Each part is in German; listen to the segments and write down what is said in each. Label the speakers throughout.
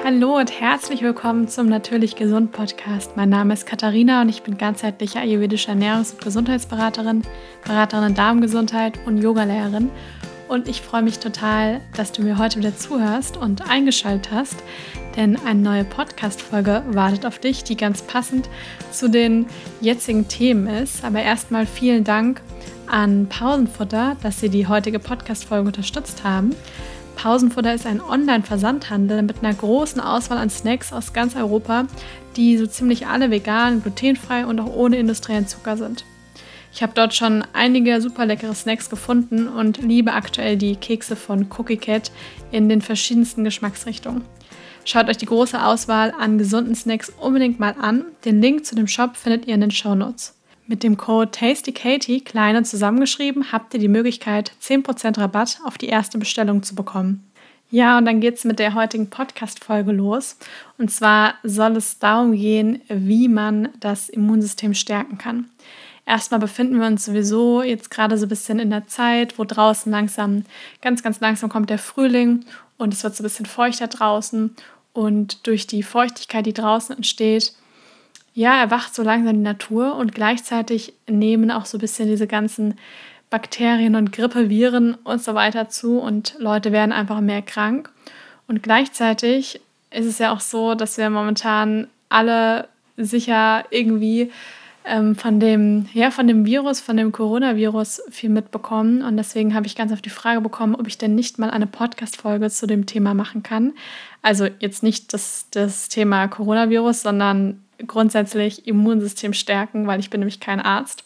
Speaker 1: Hallo und herzlich willkommen zum Natürlich Gesund Podcast. Mein Name ist Katharina und ich bin ganzheitliche ayurvedische Ernährungs- und Gesundheitsberaterin, Beraterin in Darmgesundheit und Yogalehrerin. Und ich freue mich total, dass du mir heute wieder zuhörst und eingeschaltet hast, denn eine neue Podcast-Folge wartet auf dich, die ganz passend zu den jetzigen Themen ist. Aber erstmal vielen Dank an Pausenfutter, dass sie die heutige Podcast-Folge unterstützt haben. Pausenfutter ist ein Online-Versandhandel mit einer großen Auswahl an Snacks aus ganz Europa, die so ziemlich alle vegan, glutenfrei und auch ohne industriellen Zucker sind. Ich habe dort schon einige super leckere Snacks gefunden und liebe aktuell die Kekse von Cookie Cat in den verschiedensten Geschmacksrichtungen. Schaut euch die große Auswahl an gesunden Snacks unbedingt mal an. Den Link zu dem Shop findet ihr in den Shownotes. Mit dem Code TASTYKATIE, klein und zusammengeschrieben, habt ihr die Möglichkeit, 10% Rabatt auf die erste Bestellung zu bekommen. Ja, und dann geht es mit der heutigen Podcast-Folge los. Und zwar soll es darum gehen, wie man das Immunsystem stärken kann. Erstmal befinden wir uns sowieso jetzt gerade so ein bisschen in der Zeit, wo draußen ganz langsam kommt der Frühling und es wird so ein bisschen feuchter draußen. Und durch die Feuchtigkeit, die draußen entsteht, erwacht so langsam die Natur und gleichzeitig nehmen auch so ein bisschen diese ganzen Bakterien und Grippeviren und so weiter zu und Leute werden einfach mehr krank. Und gleichzeitig ist es ja auch so, dass wir momentan alle sicher irgendwie von dem Virus, von dem Coronavirus viel mitbekommen. Und deswegen habe ich ganz oft die Frage bekommen, ob ich denn nicht mal eine Podcast-Folge zu dem Thema machen kann. Also jetzt nicht das Thema Coronavirus, sondern grundsätzlich Immunsystem stärken, weil ich bin nämlich kein Arzt.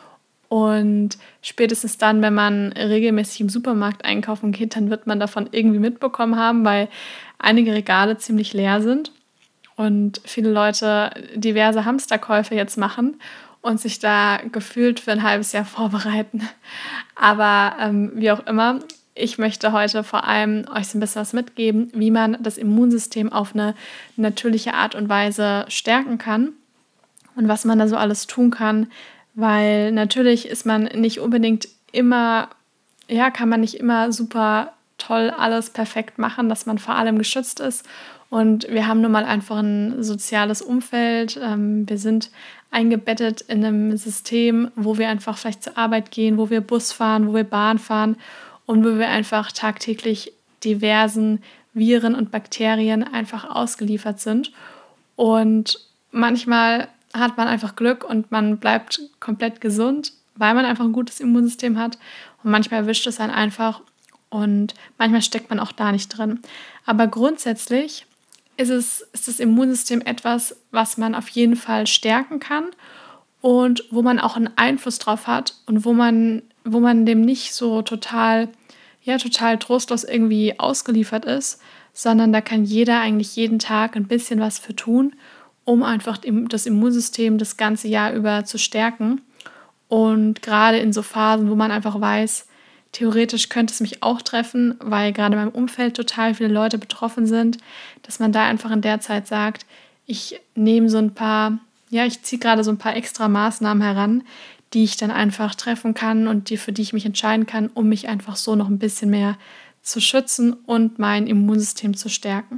Speaker 1: Und spätestens dann, wenn man regelmäßig im Supermarkt einkaufen geht, dann wird man davon irgendwie mitbekommen haben, weil einige Regale ziemlich leer sind und viele Leute diverse Hamsterkäufe jetzt machen und sich da gefühlt für ein halbes Jahr vorbereiten. Aber wie auch immer, ich möchte heute vor allem euch so ein bisschen was mitgeben, wie man das Immunsystem auf eine natürliche Art und Weise stärken kann und was man da so alles tun kann, weil natürlich ist man nicht unbedingt immer, kann man nicht immer super toll alles perfekt machen, dass man vor allem geschützt ist. Und wir haben nun mal einfach ein soziales Umfeld. Wir sind eingebettet in einem System, wo wir einfach vielleicht zur Arbeit gehen, wo wir Bus fahren, wo wir Bahn fahren und wo wir einfach tagtäglich diversen Viren und Bakterien einfach ausgeliefert sind. Und manchmal hat man einfach Glück und man bleibt komplett gesund, weil man einfach ein gutes Immunsystem hat. Und manchmal erwischt es einen einfach und manchmal steckt man auch da nicht drin. Aber grundsätzlich ist das Immunsystem etwas, was man auf jeden Fall stärken kann und wo man auch einen Einfluss drauf hat und wo man dem nicht so total trostlos irgendwie ausgeliefert ist, sondern da kann jeder eigentlich jeden Tag ein bisschen was für tun, um einfach das Immunsystem das ganze Jahr über zu stärken. Und gerade in so Phasen, wo man einfach weiß, theoretisch könnte es mich auch treffen, weil gerade in meinem Umfeld total viele Leute betroffen sind, dass man da einfach in der Zeit sagt, ich nehme ich ziehe gerade so ein paar extra Maßnahmen heran, die ich dann einfach treffen kann und für die ich mich entscheiden kann, um mich einfach so noch ein bisschen mehr zu schützen und mein Immunsystem zu stärken.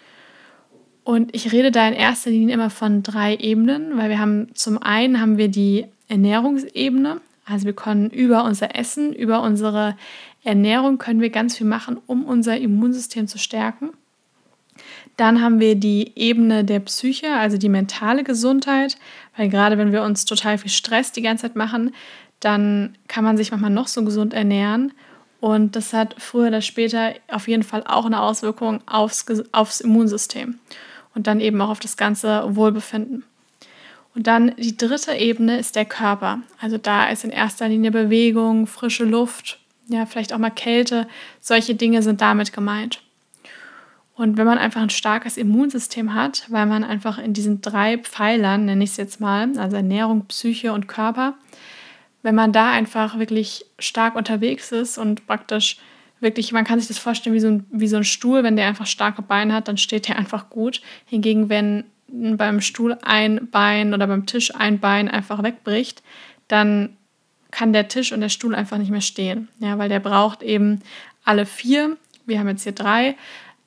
Speaker 1: Und ich rede da in erster Linie immer von 3 Ebenen, weil zum einen haben wir die Ernährungsebene. Also wir können über unser Essen, über unsere Ernährung können wir ganz viel machen, um unser Immunsystem zu stärken. Dann haben wir die Ebene der Psyche, also die mentale Gesundheit, weil gerade wenn wir uns total viel Stress die ganze Zeit machen, dann kann man sich manchmal noch so gesund ernähren. Und das hat früher oder später auf jeden Fall auch eine Auswirkung aufs Immunsystem und dann eben auch auf das ganze Wohlbefinden. Und dann die 3. Ebene ist der Körper. Also da ist in erster Linie Bewegung, frische Luft, vielleicht auch mal Kälte. Solche Dinge sind damit gemeint. Und wenn man einfach ein starkes Immunsystem hat, weil man einfach in diesen 3 Pfeilern, nenne ich es jetzt mal, also Ernährung, Psyche und Körper, wenn man da einfach wirklich stark unterwegs ist und praktisch wirklich, man kann sich das vorstellen wie so ein Stuhl, wenn der einfach starke Beine hat, dann steht der einfach gut. Hingegen, wenn beim Stuhl ein Bein oder beim Tisch ein Bein einfach wegbricht, dann kann der Tisch und der Stuhl einfach nicht mehr stehen. Ja, weil der braucht eben alle 4, wir haben jetzt hier 3,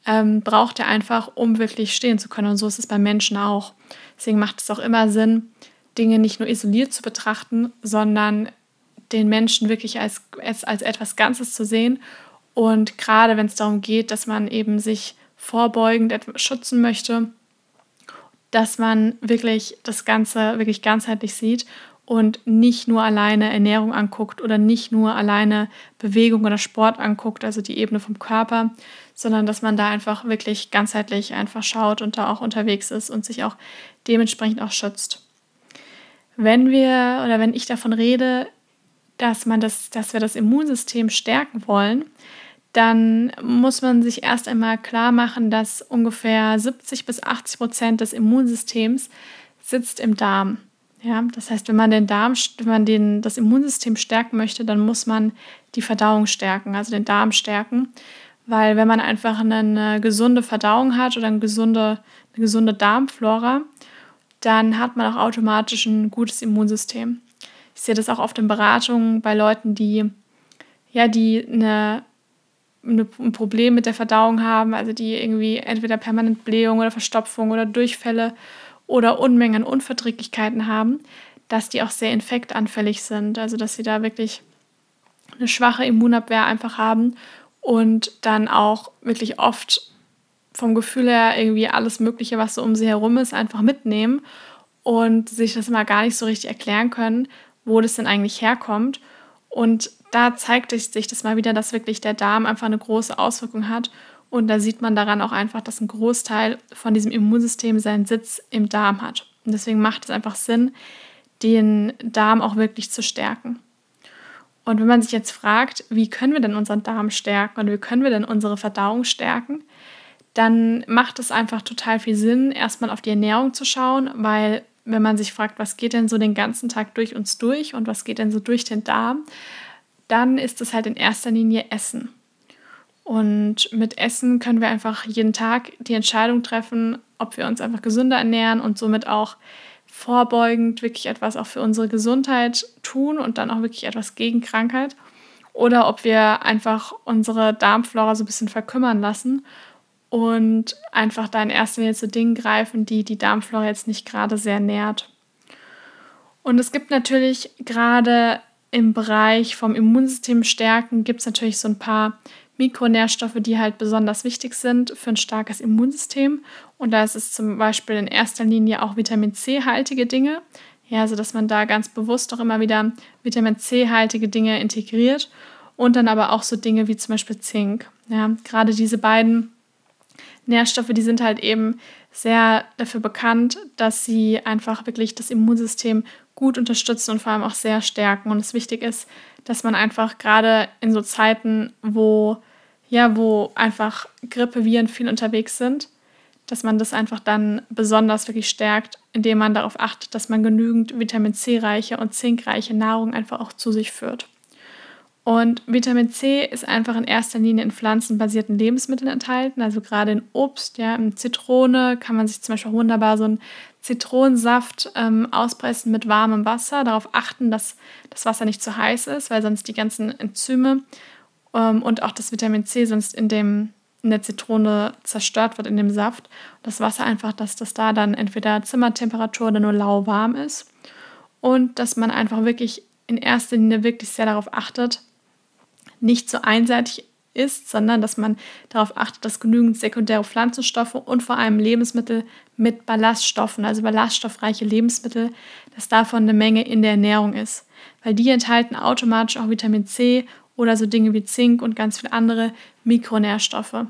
Speaker 1: braucht er einfach, um wirklich stehen zu können. Und so ist es beim Menschen auch. Deswegen macht es auch immer Sinn, Dinge nicht nur isoliert zu betrachten, sondern den Menschen wirklich als etwas Ganzes zu sehen. Und gerade wenn es darum geht, dass man eben sich vorbeugend etwas schützen möchte, dass man wirklich das Ganze wirklich ganzheitlich sieht und nicht nur alleine Ernährung anguckt oder nicht nur alleine Bewegung oder Sport anguckt, also die Ebene vom Körper, sondern dass man da einfach wirklich ganzheitlich einfach schaut und da auch unterwegs ist und sich auch dementsprechend auch schützt. Wenn ich davon rede, dass wir das Immunsystem stärken wollen, dann muss man sich erst einmal klar machen, dass ungefähr 70-80% des Immunsystems sitzt im Darm. Ja, das heißt, wenn man das Immunsystem stärken möchte, dann muss man die Verdauung stärken, also den Darm stärken. Weil wenn man einfach eine gesunde Verdauung hat oder eine gesunde Darmflora, dann hat man auch automatisch ein gutes Immunsystem. Ich sehe das auch oft in Beratungen bei Leuten, die ein Problem mit der Verdauung haben, also die irgendwie entweder permanent Blähung oder Verstopfung oder Durchfälle oder Unmengen an Unverträglichkeiten haben, dass die auch sehr infektanfällig sind, also dass sie da wirklich eine schwache Immunabwehr einfach haben und dann auch wirklich oft vom Gefühl her irgendwie alles Mögliche, was so um sie herum ist, einfach mitnehmen und sich das mal gar nicht so richtig erklären können, wo das denn eigentlich herkommt. Und da zeigt sich das mal wieder, dass wirklich der Darm einfach eine große Auswirkung hat. Und da sieht man daran auch einfach, dass ein Großteil von diesem Immunsystem seinen Sitz im Darm hat. Und deswegen macht es einfach Sinn, den Darm auch wirklich zu stärken. Und wenn man sich jetzt fragt, wie können wir denn unseren Darm stärken und wie können wir denn unsere Verdauung stärken, dann macht es einfach total viel Sinn, erstmal auf die Ernährung zu schauen, weil wenn man sich fragt, was geht denn so den ganzen Tag durch uns durch und was geht denn so durch den Darm, dann ist es halt in erster Linie Essen. Und mit Essen können wir einfach jeden Tag die Entscheidung treffen, ob wir uns einfach gesünder ernähren und somit auch vorbeugend wirklich etwas auch für unsere Gesundheit tun und dann auch wirklich etwas gegen Krankheit. Oder ob wir einfach unsere Darmflora so ein bisschen verkümmern lassen und einfach da in erster Linie zu Dingen greifen, die die Darmflora jetzt nicht gerade sehr nährt. Und es gibt natürlich gerade im Bereich vom Immunsystem stärken, gibt es natürlich so ein paar Mikronährstoffe, die halt besonders wichtig sind für ein starkes Immunsystem. Und da ist es zum Beispiel in erster Linie auch Vitamin C-haltige Dinge. Ja, also dass man da ganz bewusst auch immer wieder Vitamin C-haltige Dinge integriert. Und dann aber auch so Dinge wie zum Beispiel Zink. Ja, gerade diese beiden Nährstoffe, die sind halt eben sehr dafür bekannt, dass sie einfach wirklich das Immunsystem gut unterstützen und vor allem auch sehr stärken. Und es wichtig ist, dass man einfach gerade in so Zeiten, wo einfach Grippeviren viel unterwegs sind, dass man das einfach dann besonders wirklich stärkt, indem man darauf achtet, dass man genügend Vitamin C-reiche und zinkreiche Nahrung einfach auch zu sich führt. Und Vitamin C ist einfach in erster Linie in pflanzenbasierten Lebensmitteln enthalten, also gerade in Obst, ja, in Zitrone kann man sich zum Beispiel wunderbar so einen Zitronensaft auspressen mit warmem Wasser. Darauf achten, dass das Wasser nicht zu heiß ist, weil sonst die ganzen Enzyme und auch das Vitamin C sonst in der Zitrone zerstört wird in dem Saft. Und das Wasser einfach, dass das da dann entweder Zimmertemperatur oder nur lauwarm ist. Und dass man einfach wirklich in erster Linie wirklich sehr darauf achtet, nicht so einseitig ist, sondern dass man darauf achtet, dass genügend sekundäre Pflanzenstoffe und vor allem Lebensmittel mit Ballaststoffen, also ballaststoffreiche Lebensmittel, dass davon eine Menge in der Ernährung ist. Weil die enthalten automatisch auch Vitamin C oder so Dinge wie Zink und ganz viele andere Mikronährstoffe.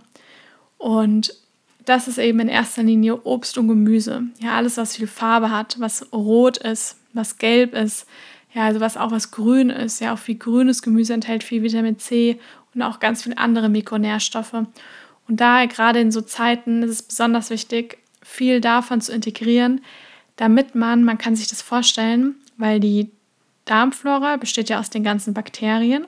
Speaker 1: Und das ist eben in erster Linie Obst und Gemüse. Ja, alles, was viel Farbe hat, was rot ist, was gelb ist, ja, also was grün ist, ja, auch viel grünes Gemüse enthält viel Vitamin C und auch ganz viele andere Mikronährstoffe. Und daher gerade in so Zeiten ist es besonders wichtig, viel davon zu integrieren, damit man kann sich das vorstellen, weil die Darmflora besteht ja aus den ganzen Bakterien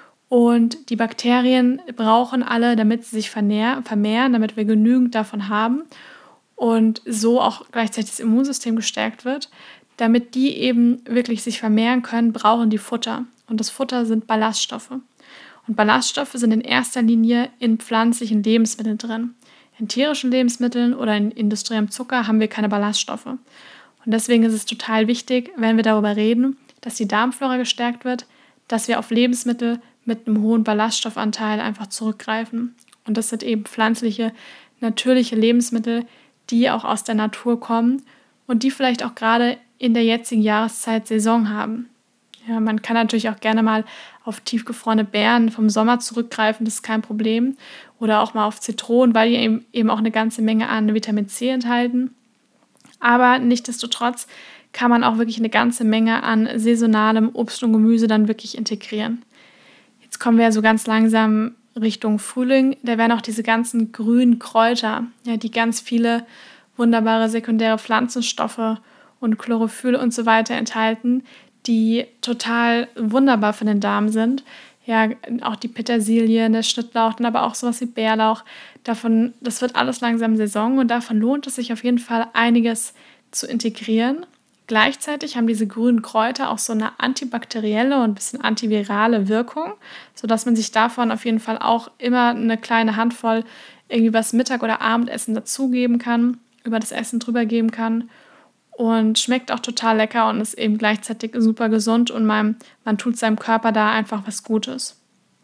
Speaker 1: und die Bakterien brauchen alle, damit sie sich vermehren, damit wir genügend davon haben und so auch gleichzeitig das Immunsystem gestärkt wird. Damit die eben wirklich sich vermehren können, brauchen die Futter. Und das Futter sind Ballaststoffe. Und Ballaststoffe sind in erster Linie in pflanzlichen Lebensmitteln drin. in tierischen Lebensmitteln oder in industriellem Zucker haben wir keine Ballaststoffe. Und deswegen ist es total wichtig, wenn wir darüber reden, dass die Darmflora gestärkt wird, dass wir auf Lebensmittel mit einem hohen Ballaststoffanteil einfach zurückgreifen. Und das sind eben pflanzliche, natürliche Lebensmittel, die auch aus der Natur kommen und die vielleicht auch gerade in der jetzigen Jahreszeit Saison haben. Ja, man kann natürlich auch gerne mal auf tiefgefrorene Beeren vom Sommer zurückgreifen, das ist kein Problem. Oder auch mal auf Zitronen, weil die eben auch eine ganze Menge an Vitamin C enthalten. Aber nichtsdestotrotz kann man auch wirklich eine ganze Menge an saisonalem Obst und Gemüse dann wirklich integrieren. Jetzt kommen wir ja so ganz langsam Richtung Frühling. Da werden auch diese ganzen grünen Kräuter, ja, die ganz viele wunderbare sekundäre Pflanzenstoffe und Chlorophyll und so weiter enthalten, die total wunderbar für den Darm sind. Ja, auch die Petersilie, der Schnittlauch, dann aber auch sowas wie Bärlauch. Das wird alles langsam Saison und davon lohnt es sich auf jeden Fall einiges zu integrieren. Gleichzeitig haben diese grünen Kräuter auch so eine antibakterielle und ein bisschen antivirale Wirkung, sodass man sich davon auf jeden Fall auch immer eine kleine Handvoll irgendwie was Mittag- oder Abendessen dazugeben kann, über das Essen drüber geben kann. Und schmeckt auch total lecker und ist eben gleichzeitig super gesund und man tut seinem Körper da einfach was Gutes.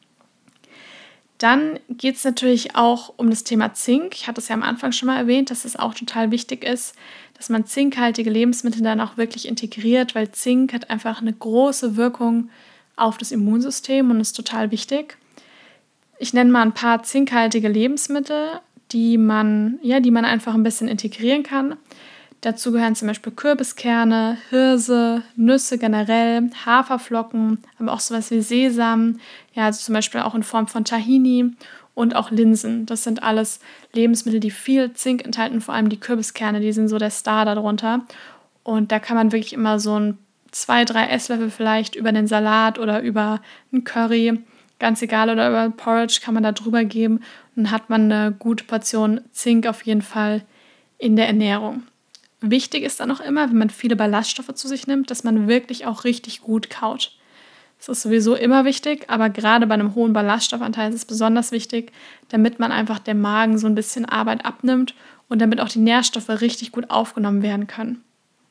Speaker 1: Dann geht es natürlich auch um das Thema Zink. Ich hatte es ja am Anfang schon mal erwähnt, dass es auch total wichtig ist, dass man zinkhaltige Lebensmittel dann auch wirklich integriert, weil Zink hat einfach eine große Wirkung auf das Immunsystem und ist total wichtig. Ich nenne mal ein paar zinkhaltige Lebensmittel, die man einfach ein bisschen integrieren kann. Dazu gehören zum Beispiel Kürbiskerne, Hirse, Nüsse generell, Haferflocken, aber auch sowas wie Sesam, ja, also zum Beispiel auch in Form von Tahini und auch Linsen. Das sind alles Lebensmittel, die viel Zink enthalten, vor allem die Kürbiskerne, die sind so der Star darunter. Und da kann man wirklich immer so 2-3 Esslöffel vielleicht über den Salat oder über einen Curry, ganz egal, oder über Porridge kann man da drüber geben. Und dann hat man eine gute Portion Zink auf jeden Fall in der Ernährung. Wichtig ist dann auch immer, wenn man viele Ballaststoffe zu sich nimmt, dass man wirklich auch richtig gut kaut. Das ist sowieso immer wichtig, aber gerade bei einem hohen Ballaststoffanteil ist es besonders wichtig, damit man einfach dem Magen so ein bisschen Arbeit abnimmt und damit auch die Nährstoffe richtig gut aufgenommen werden können.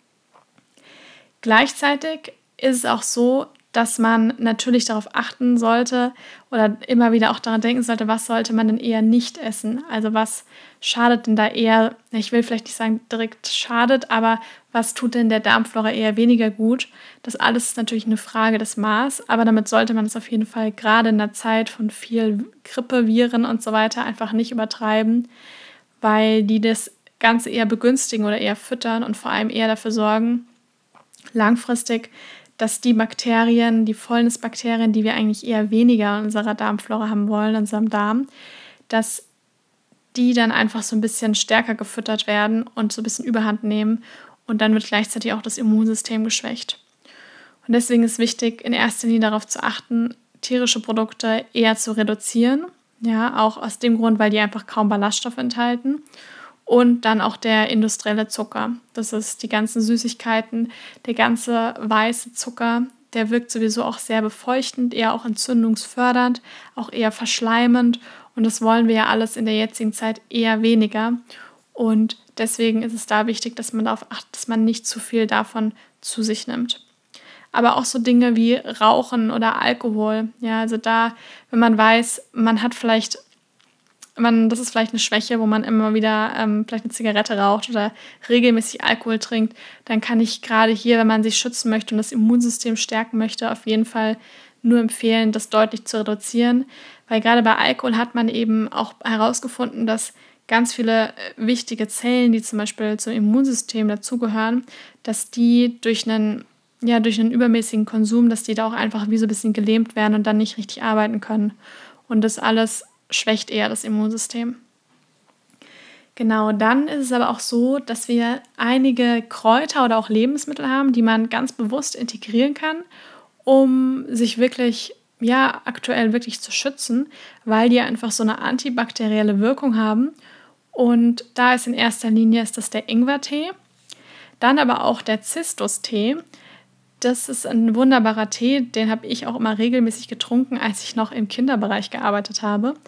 Speaker 1: Gleichzeitig ist es auch so, dass man natürlich darauf achten sollte oder immer wieder auch daran denken sollte, was sollte man denn eher nicht essen? Also was schadet denn da eher, ich will vielleicht nicht sagen direkt schadet, aber was tut denn der Darmflora eher weniger gut? Das alles ist natürlich eine Frage des Maß, aber damit sollte man es auf jeden Fall gerade in der Zeit von viel Grippe, Viren und so weiter einfach nicht übertreiben, weil die das Ganze eher begünstigen oder eher füttern und vor allem eher dafür sorgen, langfristig, dass die Bakterien, die Fäulnisbakterien, die wir eigentlich eher weniger in unserer Darmflora haben wollen, in unserem Darm, dass die dann einfach so ein bisschen stärker gefüttert werden und so ein bisschen Überhand nehmen und dann wird gleichzeitig auch das Immunsystem geschwächt. Und deswegen ist wichtig, in erster Linie darauf zu achten, tierische Produkte eher zu reduzieren, ja, auch aus dem Grund, weil die einfach kaum Ballaststoffe enthalten. Und dann auch der industrielle Zucker. Das ist die ganzen Süßigkeiten, der ganze weiße Zucker, der wirkt sowieso auch sehr befeuchtend, eher auch entzündungsfördernd, auch eher verschleimend. Und das wollen wir ja alles in der jetzigen Zeit eher weniger. Und deswegen ist es da wichtig, dass man darauf achtet, dass man nicht zu viel davon zu sich nimmt. Aber auch so Dinge wie Rauchen oder Alkohol. Ja, also da, wenn man weiß, das ist vielleicht eine Schwäche, wo man immer wieder vielleicht eine Zigarette raucht oder regelmäßig Alkohol trinkt, dann kann ich gerade hier, wenn man sich schützen möchte und das Immunsystem stärken möchte, auf jeden Fall nur empfehlen, das deutlich zu reduzieren. Weil gerade bei Alkohol hat man eben auch herausgefunden, dass ganz viele wichtige Zellen, die zum Beispiel zum Immunsystem dazugehören, dass die durch einen übermäßigen Konsum, dass die da auch einfach wie so ein bisschen gelähmt werden und dann nicht richtig arbeiten können. Und das alles schwächt eher das Immunsystem. Genau, dann ist es aber auch so, dass wir einige Kräuter oder auch Lebensmittel haben, die man ganz bewusst integrieren kann, um sich wirklich, aktuell wirklich zu schützen, weil die einfach so eine antibakterielle Wirkung haben. Und da ist in erster Linie das der Ingwertee, dann aber auch der Zistus-Tee. Das ist ein wunderbarer Tee, den habe ich auch immer regelmäßig getrunken, als ich noch im Kinderbereich gearbeitet habe,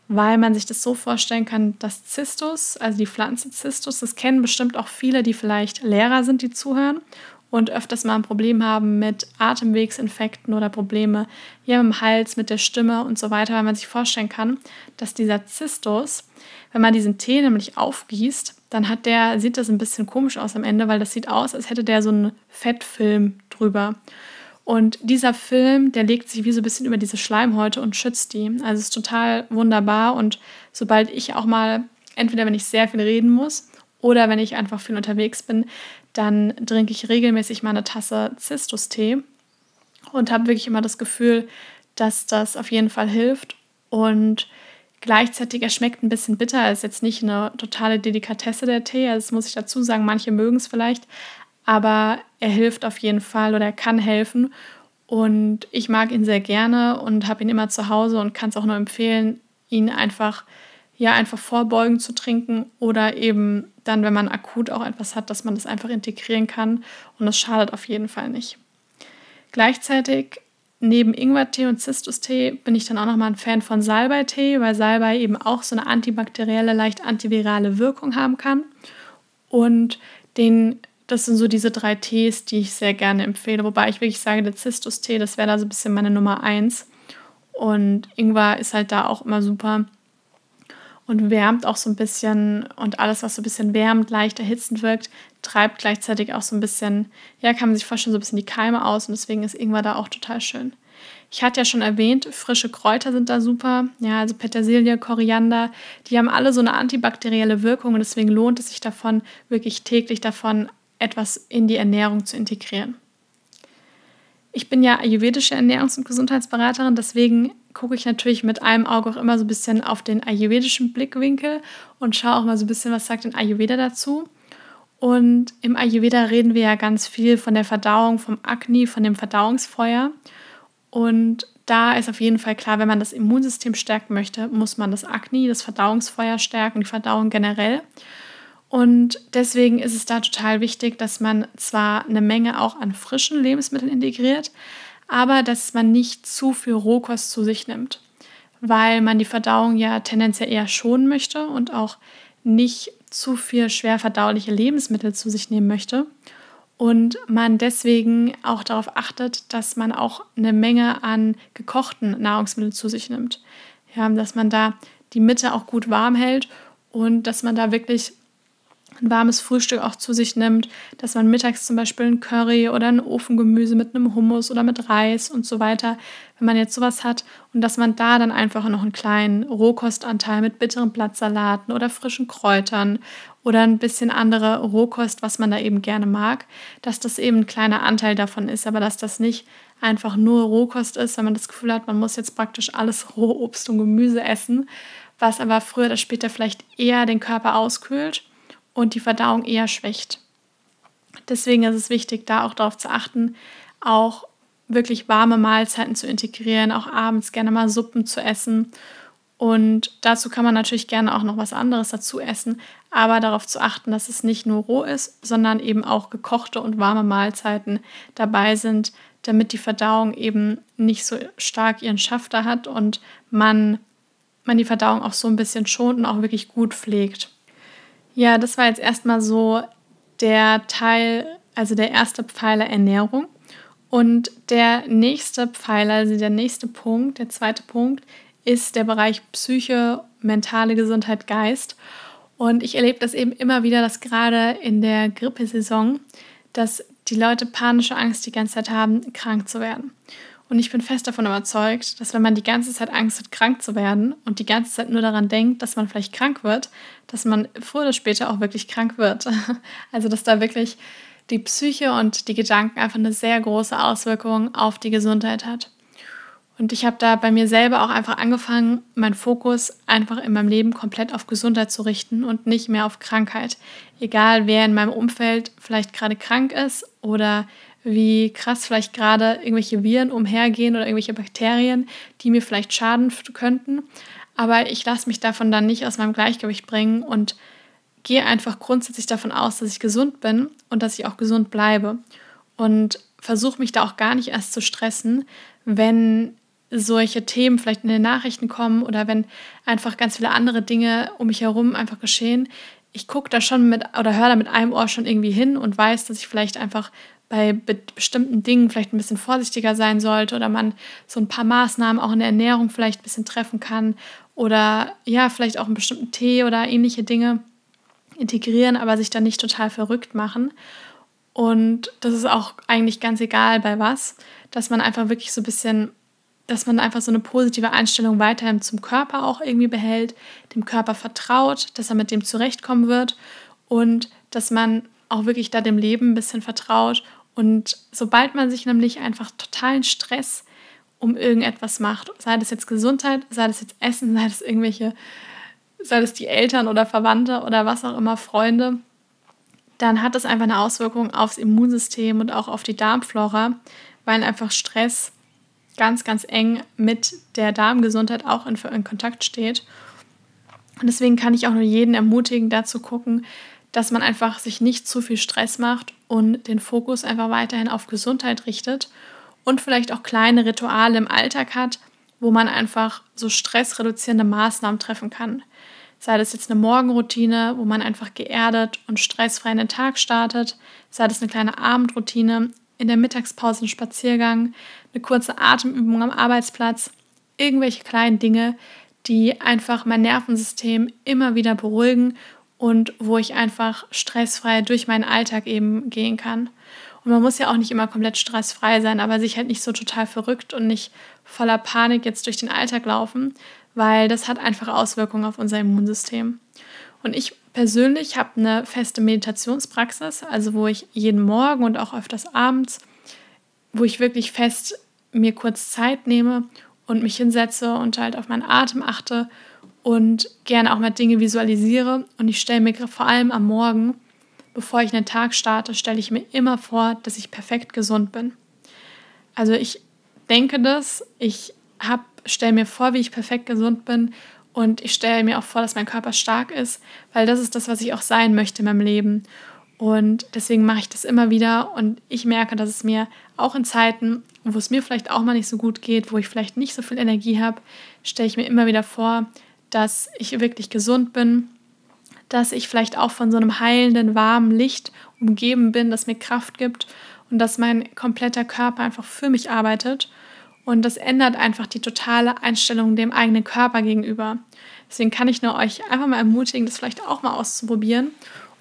Speaker 1: weil man sich das so vorstellen kann, dass Zistus, also die Pflanze Zistus, das kennen bestimmt auch viele, die vielleicht Lehrer sind, die zuhören und öfters mal ein Problem haben mit Atemwegsinfekten oder Probleme hier mit dem Hals, mit der Stimme und so weiter, weil man sich vorstellen kann, dass dieser Zistus, wenn man diesen Tee nämlich aufgießt, dann sieht das ein bisschen komisch aus am Ende, weil das sieht aus, als hätte der so einen Fettfilm drüber. Und dieser Film, der legt sich wie so ein bisschen über diese Schleimhäute und schützt die. Also es ist total wunderbar. Und sobald ich auch mal, entweder wenn ich sehr viel reden muss oder wenn ich einfach viel unterwegs bin, dann trinke ich regelmäßig mal eine Tasse Zistus-Tee und habe wirklich immer das Gefühl, dass das auf jeden Fall hilft. Und gleichzeitig, er schmeckt ein bisschen bitter. Er ist jetzt nicht eine totale Delikatesse, der Tee. Also das muss ich dazu sagen, manche mögen es vielleicht. Aber er hilft auf jeden Fall oder er kann helfen. Und ich mag ihn sehr gerne und habe ihn immer zu Hause und kann es auch nur empfehlen, ihn einfach vorbeugend zu trinken oder eben dann, wenn man akut auch etwas hat, dass man das einfach integrieren kann. Und das schadet auf jeden Fall nicht. Gleichzeitig, neben Ingwertee und Zistus-Tee, bin ich dann auch nochmal ein Fan von Salbeitee, weil Salbei eben auch so eine antibakterielle, leicht antivirale Wirkung haben kann. Und das sind so diese 3 Tees, die ich sehr gerne empfehle. Wobei ich wirklich sage, der Zistus-Tee, das wäre da so ein bisschen meine Nummer 1. Und Ingwer ist halt da auch immer super und wärmt auch so ein bisschen. Und alles, was so ein bisschen wärmend, leicht erhitzend wirkt, treibt gleichzeitig auch so ein bisschen, ja, kann man sich vorstellen, so ein bisschen die Keime aus. Und deswegen ist Ingwer da auch total schön. Ich hatte ja schon erwähnt, frische Kräuter sind da super. Ja, also Petersilie, Koriander, die haben alle so eine antibakterielle Wirkung. Und deswegen lohnt es sich davon, wirklich täglich etwas in die Ernährung zu integrieren. Ich bin ja ayurvedische Ernährungs- und Gesundheitsberaterin, deswegen gucke ich natürlich mit einem Auge auch immer so ein bisschen auf den ayurvedischen Blickwinkel und schaue auch mal so ein bisschen, was sagt denn Ayurveda dazu. Und im Ayurveda reden wir ja ganz viel von der Verdauung, vom Agni, von dem Verdauungsfeuer. Und da ist auf jeden Fall klar, wenn man das Immunsystem stärken möchte, muss man das Agni, das Verdauungsfeuer stärken, die Verdauung generell. Und deswegen ist es da total wichtig, dass man zwar eine Menge auch an frischen Lebensmitteln integriert, aber dass man nicht zu viel Rohkost zu sich nimmt, weil man die Verdauung ja tendenziell eher schonen möchte und auch nicht zu viel schwer verdauliche Lebensmittel zu sich nehmen möchte. Und man deswegen auch darauf achtet, dass man auch eine Menge an gekochten Nahrungsmitteln zu sich nimmt. Ja, dass man da die Mitte auch gut warm hält und dass man da wirklich ein warmes Frühstück auch zu sich nimmt, dass man mittags zum Beispiel ein Curry oder ein Ofengemüse mit einem Hummus oder mit Reis und so weiter, wenn man jetzt sowas hat, und dass man da dann einfach noch einen kleinen Rohkostanteil mit bitteren Blattsalaten oder frischen Kräutern oder ein bisschen andere Rohkost, was man da eben gerne mag, dass das eben ein kleiner Anteil davon ist, aber dass das nicht einfach nur Rohkost ist, wenn man das Gefühl hat, man muss jetzt praktisch alles Rohobst und Gemüse essen, was aber früher oder später vielleicht eher den Körper auskühlt und die Verdauung eher schwächt. Deswegen ist es wichtig, da auch darauf zu achten, auch wirklich warme Mahlzeiten zu integrieren, auch abends gerne mal Suppen zu essen. Und dazu kann man natürlich gerne auch noch was anderes dazu essen, aber darauf zu achten, dass es nicht nur roh ist, sondern eben auch gekochte und warme Mahlzeiten dabei sind, damit die Verdauung eben nicht so stark ihren Schafter hat und man die Verdauung auch so ein bisschen schont und auch wirklich gut pflegt. Ja, das war jetzt erstmal so der Teil, also der erste Pfeiler Ernährung. Und der nächste Pfeiler, also der nächste Punkt, der zweite Punkt, ist der Bereich Psyche, mentale Gesundheit, Geist. Und ich erlebe das eben immer wieder, dass gerade in der Grippesaison, dass die Leute panische Angst die ganze Zeit haben, krank zu werden. Und ich bin fest davon überzeugt, dass wenn man die ganze Zeit Angst hat, krank zu werden und die ganze Zeit nur daran denkt, dass man vielleicht krank wird, dass man früher oder später auch wirklich krank wird. Also dass da wirklich die Psyche und die Gedanken einfach eine sehr große Auswirkung auf die Gesundheit hat. Und ich habe da bei mir selber auch einfach angefangen, meinen Fokus einfach in meinem Leben komplett auf Gesundheit zu richten und nicht mehr auf Krankheit. Egal, wer in meinem Umfeld vielleicht gerade krank ist oder wie krass vielleicht gerade irgendwelche Viren umhergehen oder irgendwelche Bakterien, die mir vielleicht schaden könnten. Aber ich lasse mich davon dann nicht aus meinem Gleichgewicht bringen und gehe einfach grundsätzlich davon aus, dass ich gesund bin und dass ich auch gesund bleibe. Und versuche mich da auch gar nicht erst zu stressen, wenn solche Themen vielleicht in den Nachrichten kommen oder wenn einfach ganz viele andere Dinge um mich herum einfach geschehen, ich gucke da schon oder höre da mit einem Ohr schon irgendwie hin und weiß, dass ich vielleicht einfach bei bestimmten Dingen vielleicht ein bisschen vorsichtiger sein sollte oder man so ein paar Maßnahmen auch in der Ernährung vielleicht ein bisschen treffen kann oder ja, vielleicht auch einen bestimmten Tee oder ähnliche Dinge integrieren, aber sich dann nicht total verrückt machen. Und das ist auch eigentlich ganz egal bei was, dass man einfach wirklich so ein bisschen, dass man einfach so eine positive Einstellung weiterhin zum Körper auch irgendwie behält, dem Körper vertraut, dass er mit dem zurechtkommen wird und dass man auch wirklich da dem Leben ein bisschen vertraut. Und sobald man sich nämlich einfach totalen Stress um irgendetwas macht, sei das jetzt Gesundheit, sei das jetzt Essen, sei das die Eltern oder Verwandte oder was auch immer, Freunde, dann hat das einfach eine Auswirkung aufs Immunsystem und auch auf die Darmflora, weil einfach Stress ganz, ganz eng mit der Darmgesundheit auch in Kontakt steht. Und deswegen kann ich auch nur jeden ermutigen, da zu gucken, dass man einfach sich nicht zu viel Stress macht und den Fokus einfach weiterhin auf Gesundheit richtet und vielleicht auch kleine Rituale im Alltag hat, wo man einfach so stressreduzierende Maßnahmen treffen kann. Sei das jetzt eine Morgenroutine, wo man einfach geerdet und stressfrei in den Tag startet, sei das eine kleine Abendroutine, in der Mittagspause ein Spaziergang, eine kurze Atemübung am Arbeitsplatz, irgendwelche kleinen Dinge, die einfach mein Nervensystem immer wieder beruhigen und wo ich einfach stressfrei durch meinen Alltag eben gehen kann. Und man muss ja auch nicht immer komplett stressfrei sein, aber sich halt nicht so total verrückt und nicht voller Panik jetzt durch den Alltag laufen, weil das hat einfach Auswirkungen auf unser Immunsystem. Und ich persönlich habe eine feste Meditationspraxis, also wo ich jeden Morgen und auch öfters abends, wo ich wirklich fest mir kurz Zeit nehme und mich hinsetze und halt auf meinen Atem achte und gerne auch mal Dinge visualisiere. Und ich stelle mir vor allem am Morgen, bevor ich einen Tag starte, stelle ich mir immer vor, dass ich perfekt gesund bin. Also ich denke das, ich stelle mir vor, wie ich perfekt gesund bin und ich stelle mir auch vor, dass mein Körper stark ist, weil das ist das, was ich auch sein möchte in meinem Leben. Und deswegen mache ich das immer wieder und ich merke, dass es mir auch in Zeiten, wo es mir vielleicht auch mal nicht so gut geht, wo ich vielleicht nicht so viel Energie habe, stelle ich mir immer wieder vor, dass ich wirklich gesund bin, dass ich vielleicht auch von so einem heilenden, warmen Licht umgeben bin, das mir Kraft gibt und dass mein kompletter Körper einfach für mich arbeitet. Und das ändert einfach die totale Einstellung dem eigenen Körper gegenüber. Deswegen kann ich nur euch einfach mal ermutigen, das vielleicht auch mal auszuprobieren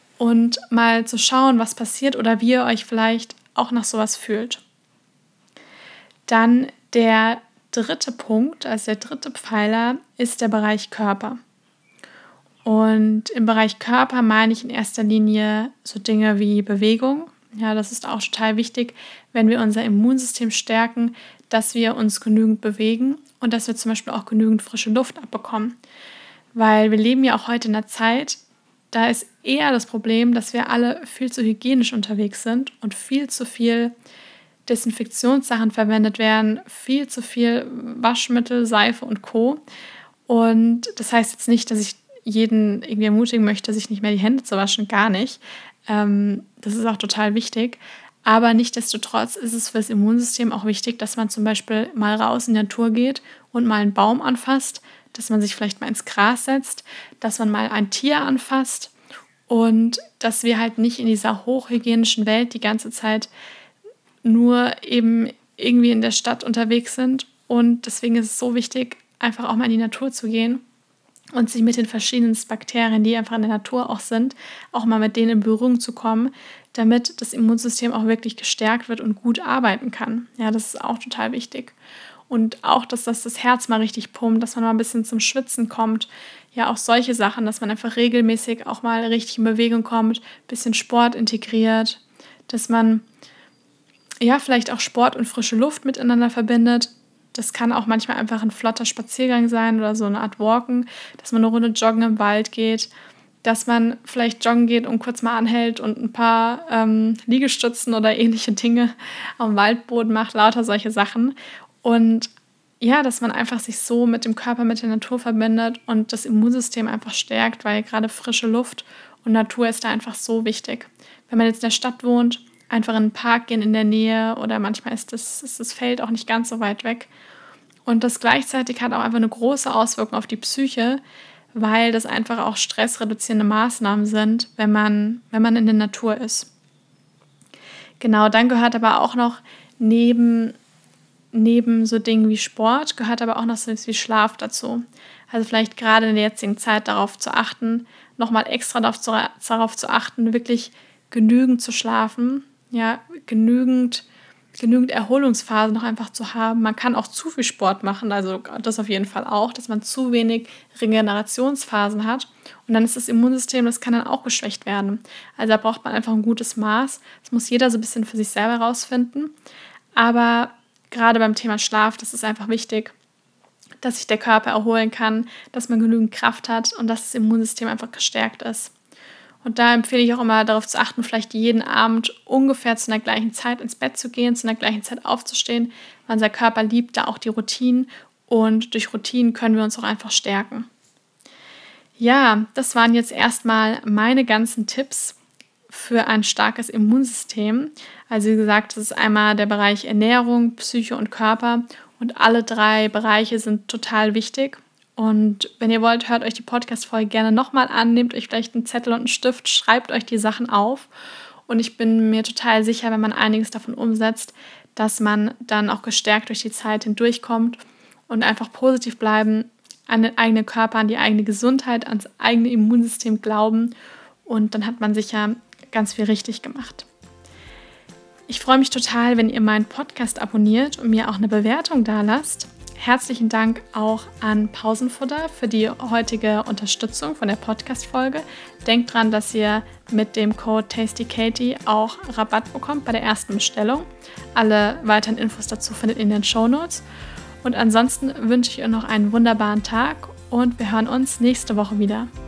Speaker 1: und mal zu schauen, was passiert oder wie ihr euch vielleicht auch nach sowas fühlt. Dann der dritte Punkt, also der dritte Pfeiler, ist der Bereich Körper. Und im Bereich Körper meine ich in erster Linie so Dinge wie Bewegung. Ja, das ist auch total wichtig, wenn wir unser Immunsystem stärken, dass wir uns genügend bewegen und dass wir zum Beispiel auch genügend frische Luft abbekommen. Weil wir leben ja auch heute in einer Zeit, da ist eher das Problem, dass wir alle viel zu hygienisch unterwegs sind und viel zu viel Desinfektionssachen verwendet werden, viel zu viel Waschmittel, Seife und Co. Und das heißt jetzt nicht, dass ich jeden irgendwie ermutigen möchte, sich nicht mehr die Hände zu waschen, gar nicht. Das ist auch total wichtig. Aber nichtsdestotrotz ist es für das Immunsystem auch wichtig, dass man zum Beispiel mal raus in die Natur geht und mal einen Baum anfasst, dass man sich vielleicht mal ins Gras setzt, dass man mal ein Tier anfasst und dass wir halt nicht in dieser hochhygienischen Welt die ganze Zeit nur eben irgendwie in der Stadt unterwegs sind. Und deswegen ist es so wichtig, einfach auch mal in die Natur zu gehen und sich mit den verschiedenen Bakterien, die einfach in der Natur auch sind, auch mal mit denen in Berührung zu kommen, damit das Immunsystem auch wirklich gestärkt wird und gut arbeiten kann. Ja, das ist auch total wichtig. Und auch, dass das Herz mal richtig pumpt, dass man mal ein bisschen zum Schwitzen kommt. Ja, auch solche Sachen, dass man einfach regelmäßig auch mal richtig in Bewegung kommt, ein bisschen Sport integriert, dass man ja vielleicht auch Sport und frische Luft miteinander verbindet. Das kann auch manchmal einfach ein flotter Spaziergang sein oder so eine Art Walken, dass man eine Runde joggen im Wald geht, dass man vielleicht joggen geht und kurz mal anhält und ein paar Liegestützen oder ähnliche Dinge am Waldboden macht, lauter solche Sachen. Und ja, dass man einfach sich so mit dem Körper, mit der Natur verbindet und das Immunsystem einfach stärkt, weil gerade frische Luft und Natur ist da einfach so wichtig. Wenn man jetzt in der Stadt wohnt, einfach in den Park gehen in der Nähe oder manchmal ist das Feld auch nicht ganz so weit weg Und das gleichzeitig hat auch einfach eine große Auswirkung auf die Psyche, weil das einfach auch stressreduzierende Maßnahmen sind, wenn man in der Natur ist. Genau, dann gehört aber auch noch neben so Dingen wie Sport, gehört aber auch noch so wie Schlaf dazu. Also vielleicht gerade in der jetzigen Zeit darauf zu achten, nochmal extra darauf zu achten, wirklich genügend zu schlafen, ja, genügend Erholungsphasen noch einfach zu haben. Man kann auch zu viel Sport machen, also das auf jeden Fall auch, dass man zu wenig Regenerationsphasen hat. Und dann ist das Immunsystem, das kann dann auch geschwächt werden. Also da braucht man einfach ein gutes Maß. Das muss jeder so ein bisschen für sich selber rausfinden. Aber gerade beim Thema Schlaf, das ist einfach wichtig, dass sich der Körper erholen kann, dass man genügend Kraft hat und dass das Immunsystem einfach gestärkt ist. Und da empfehle ich auch immer darauf zu achten, vielleicht jeden Abend ungefähr zu einer gleichen Zeit ins Bett zu gehen, zu einer gleichen Zeit aufzustehen, weil unser Körper liebt da auch die Routinen und durch Routinen können wir uns auch einfach stärken. Ja, das waren jetzt erstmal meine ganzen Tipps für ein starkes Immunsystem. Also wie gesagt, das ist einmal der Bereich Ernährung, Psyche und Körper und alle 3 Bereiche sind total wichtig. Und wenn ihr wollt, hört euch die Podcast-Folge gerne nochmal an, nehmt euch vielleicht einen Zettel und einen Stift, schreibt euch die Sachen auf. Und ich bin mir total sicher, wenn man einiges davon umsetzt, dass man dann auch gestärkt durch die Zeit hindurchkommt und einfach positiv bleiben, an den eigenen Körper, an die eigene Gesundheit, ans eigene Immunsystem glauben. Und dann hat man sicher ganz viel richtig gemacht. Ich freue mich total, wenn ihr meinen Podcast abonniert und mir auch eine Bewertung dalasst. Herzlichen Dank auch an Pausenfutter für die heutige Unterstützung von der Podcast-Folge. Denkt dran, dass ihr mit dem Code TastyKatie auch Rabatt bekommt bei der ersten Bestellung. Alle weiteren Infos dazu findet ihr in den Shownotes. Und ansonsten wünsche ich euch noch einen wunderbaren Tag und wir hören uns nächste Woche wieder.